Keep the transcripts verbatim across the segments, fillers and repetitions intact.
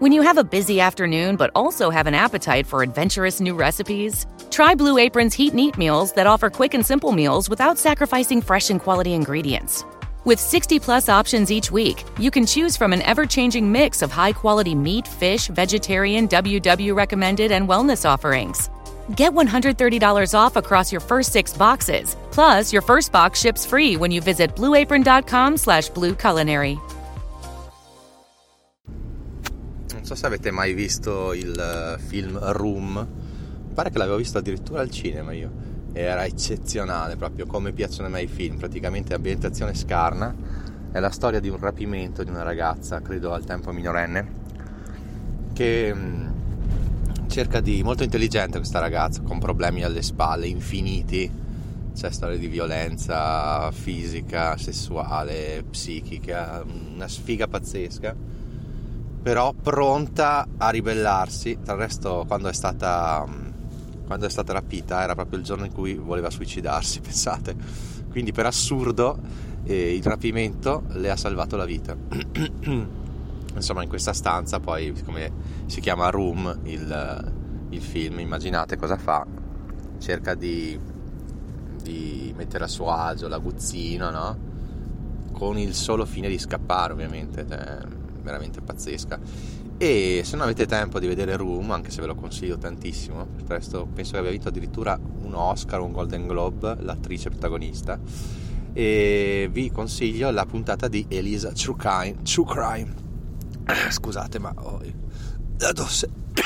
When you have a busy afternoon but also have an appetite for adventurous new recipes, try Blue Apron's Heat and Eat meals that offer quick and simple meals without sacrificing fresh and quality ingredients. With sixty plus options each week, you can choose from an ever-changing mix of high-quality meat, fish, vegetarian, W W recommended, and wellness offerings. Get one hundred thirty dollars off across your first six boxes. Plus, your first box ships free when you visit blueapron.com slash blueculinary. Non so se avete mai visto il film Room. Pare che l'avevo visto addirittura al cinema io. Era eccezionale, proprio come piacciono a me i film. Praticamente ambientazione scarna. È la storia di un rapimento di una ragazza, credo al tempo minorenne, che mh, cerca di... molto intelligente questa ragazza, con problemi alle spalle infiniti. C'è storia di violenza fisica, sessuale, psichica, una sfiga pazzesca, però pronta a ribellarsi. Tra il resto, quando è stata quando è stata rapita era proprio il giorno in cui voleva suicidarsi, pensate. Quindi per assurdo eh, il rapimento le ha salvato la vita. Insomma, in questa stanza poi, come si chiama Room il, il film, immaginate cosa fa. Cerca di, di mettere a suo agio l'aguzzino, no? Con il solo fine di scappare, ovviamente. È veramente pazzesca. E se non avete tempo di vedere Room, anche se ve lo consiglio tantissimo, presto, penso che abbia vinto addirittura un Oscar o un Golden Globe l'attrice protagonista, e vi consiglio la puntata di Elisa True Crime, True Crime. Scusate, ma ho la tosse.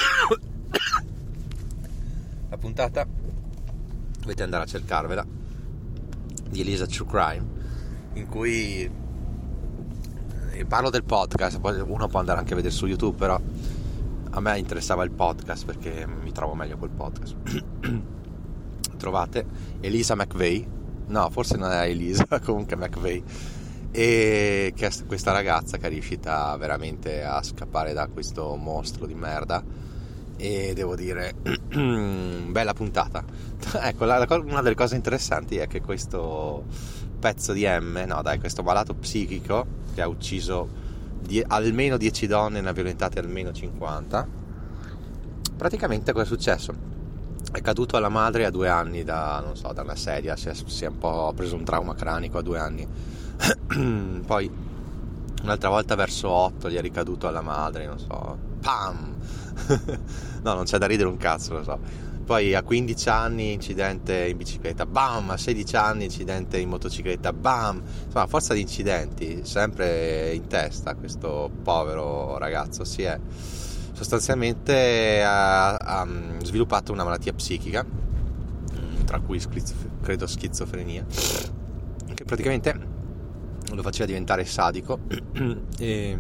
La puntata dovete andare a cercarvela, di Elisa True Crime, in cui parlo del podcast. Poi uno può andare anche a vedere su YouTube, però a me interessava il podcast perché mi trovo meglio col podcast. Trovate Elisa McVeigh, no, forse non è Elisa, comunque McVeigh, e che è questa ragazza che è riuscita veramente a scappare da questo mostro di merda. E devo dire, bella puntata. Ecco, la, la, una delle cose interessanti è che questo pezzo di M, no dai, questo malato psichico che ha ucciso die, almeno dieci donne e ne ha violentate almeno cinquanta, praticamente cosa è successo? È caduto alla madre a due anni da, non so, da una sedia, si è, si è un po' preso un trauma cranico a due anni. Poi un'altra volta verso otto gli è ricaduto alla madre, non so, pam! No, non c'è da ridere un cazzo, lo so. Poi a quindici anni incidente in bicicletta, bam! A sedici anni incidente in motocicletta, bam! Insomma, a forza di incidenti, sempre in testa, questo povero ragazzo si è sostanzialmente ha, ha sviluppato una malattia psichica, tra cui credo schizofrenia, che praticamente lo faceva diventare sadico e,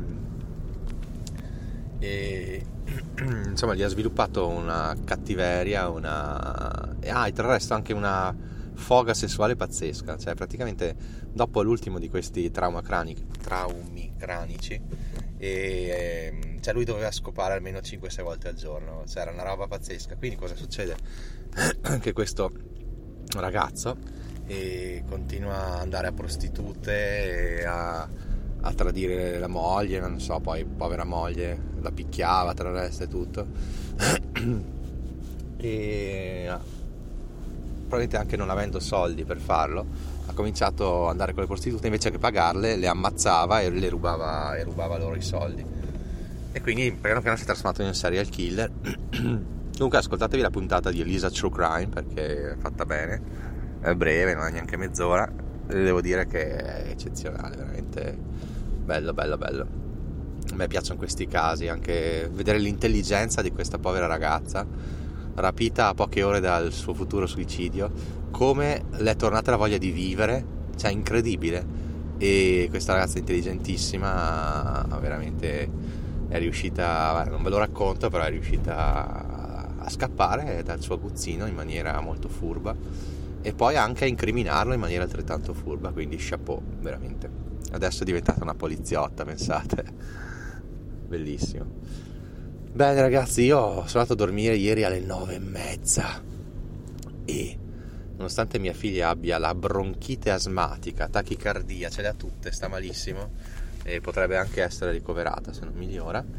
e insomma gli ha sviluppato una cattiveria, una e ah, e tra il resto anche una foga sessuale pazzesca. Cioè praticamente dopo l'ultimo di questi trauma cranici, traumi cranici e cioè lui doveva scopare almeno cinque sei volte al giorno, cioè era una roba pazzesca. Quindi cosa succede? Che questo ragazzo e continua ad andare a prostitute e a, a tradire la moglie, non so, poi povera moglie la picchiava tra il resto e tutto. E probabilmente anche non avendo soldi per farlo ha cominciato ad andare con le prostitute, invece che pagarle le ammazzava e le rubava, e rubava loro i soldi, e quindi piano piano si è trasformato in un serial killer. Comunque ascoltatevi la puntata di Elisa True Crime perché è fatta bene, è breve, non ha neanche mezz'ora, e devo dire che è eccezionale, veramente bello bello bello. A me piacciono questi casi, anche vedere l'intelligenza di questa povera ragazza rapita a poche ore dal suo futuro suicidio, come le è tornata la voglia di vivere, cioè incredibile. E questa ragazza intelligentissima veramente è riuscita, non ve lo racconto, però è riuscita a scappare dal suo aguzzino in maniera molto furba e poi anche a incriminarlo in maniera altrettanto furba, quindi chapeau, veramente. Adesso è diventata una poliziotta, pensate, bellissimo. Bene ragazzi, io sono andato a dormire ieri alle nove e mezza e nonostante mia figlia abbia la bronchite asmatica, tachicardia, ce le ha tutte, sta malissimo e potrebbe anche essere ricoverata se non migliora,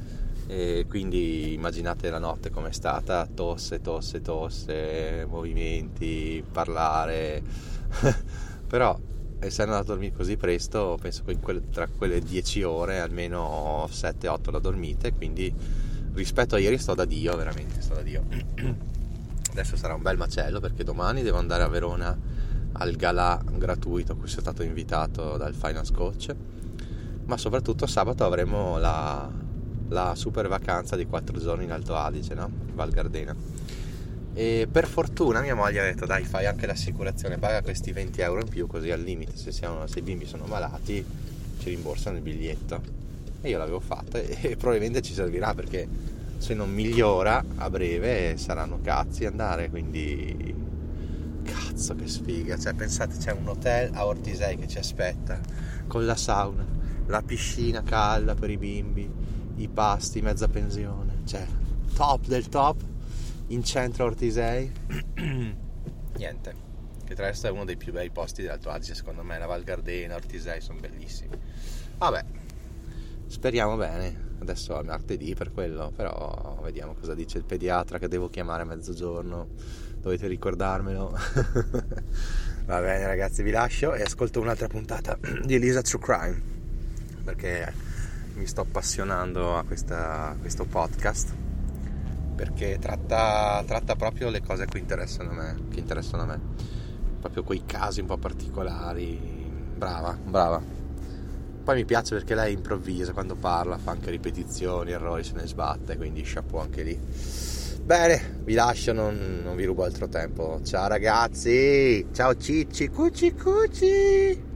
e quindi immaginate la notte com'è stata, tosse, tosse, tosse, movimenti, parlare però essendo andato a dormire così presto, penso che in quelle, tra quelle dieci ore almeno sette otto l'ho dormite, quindi rispetto a ieri sto da Dio, veramente sto da Dio. Adesso sarà un bel macello perché domani devo andare a Verona al galà gratuito a cui sono stato invitato dal Finance Coach, ma soprattutto sabato avremo la, la super vacanza di quattro giorni in Alto Adige, no? Val Gardena, e per fortuna mia moglie ha detto dai, fai anche l'assicurazione, paga questi venti euro in più, così al limite se, siamo, se i bimbi sono malati ci rimborsano il biglietto. E io l'avevo fatta e, e probabilmente ci servirà, perché se non migliora a breve saranno cazzi andare, quindi cazzo che sfiga, cioè pensate, c'è un hotel a Ortisei che ci aspetta con la sauna, la piscina calda per i bimbi, i pasti, mezza pensione, cioè top del top in centro a Ortisei. Niente, che tra l'altro è uno dei più bei posti dell'Alto Adige secondo me, la Val Gardena, Ortisei sono bellissimi. Vabbè, speriamo bene. Adesso è martedì per quello, però vediamo cosa dice il pediatra che devo chiamare a mezzogiorno, dovete ricordarmelo. Va bene ragazzi, vi lascio e ascolto un'altra puntata di Elisa True Crime, perché mi sto appassionando a, questa, a questo podcast, perché tratta, tratta proprio le cose che interessano a me, che interessano a me, proprio quei casi un po' particolari. Brava, brava. Poi mi piace perché lei improvvisa quando parla, fa anche ripetizioni, errori, se ne sbatte, quindi chapeau anche lì. Bene, vi lascio, non, non vi rubo altro tempo. Ciao ragazzi, ciao cicci, cuci cuci.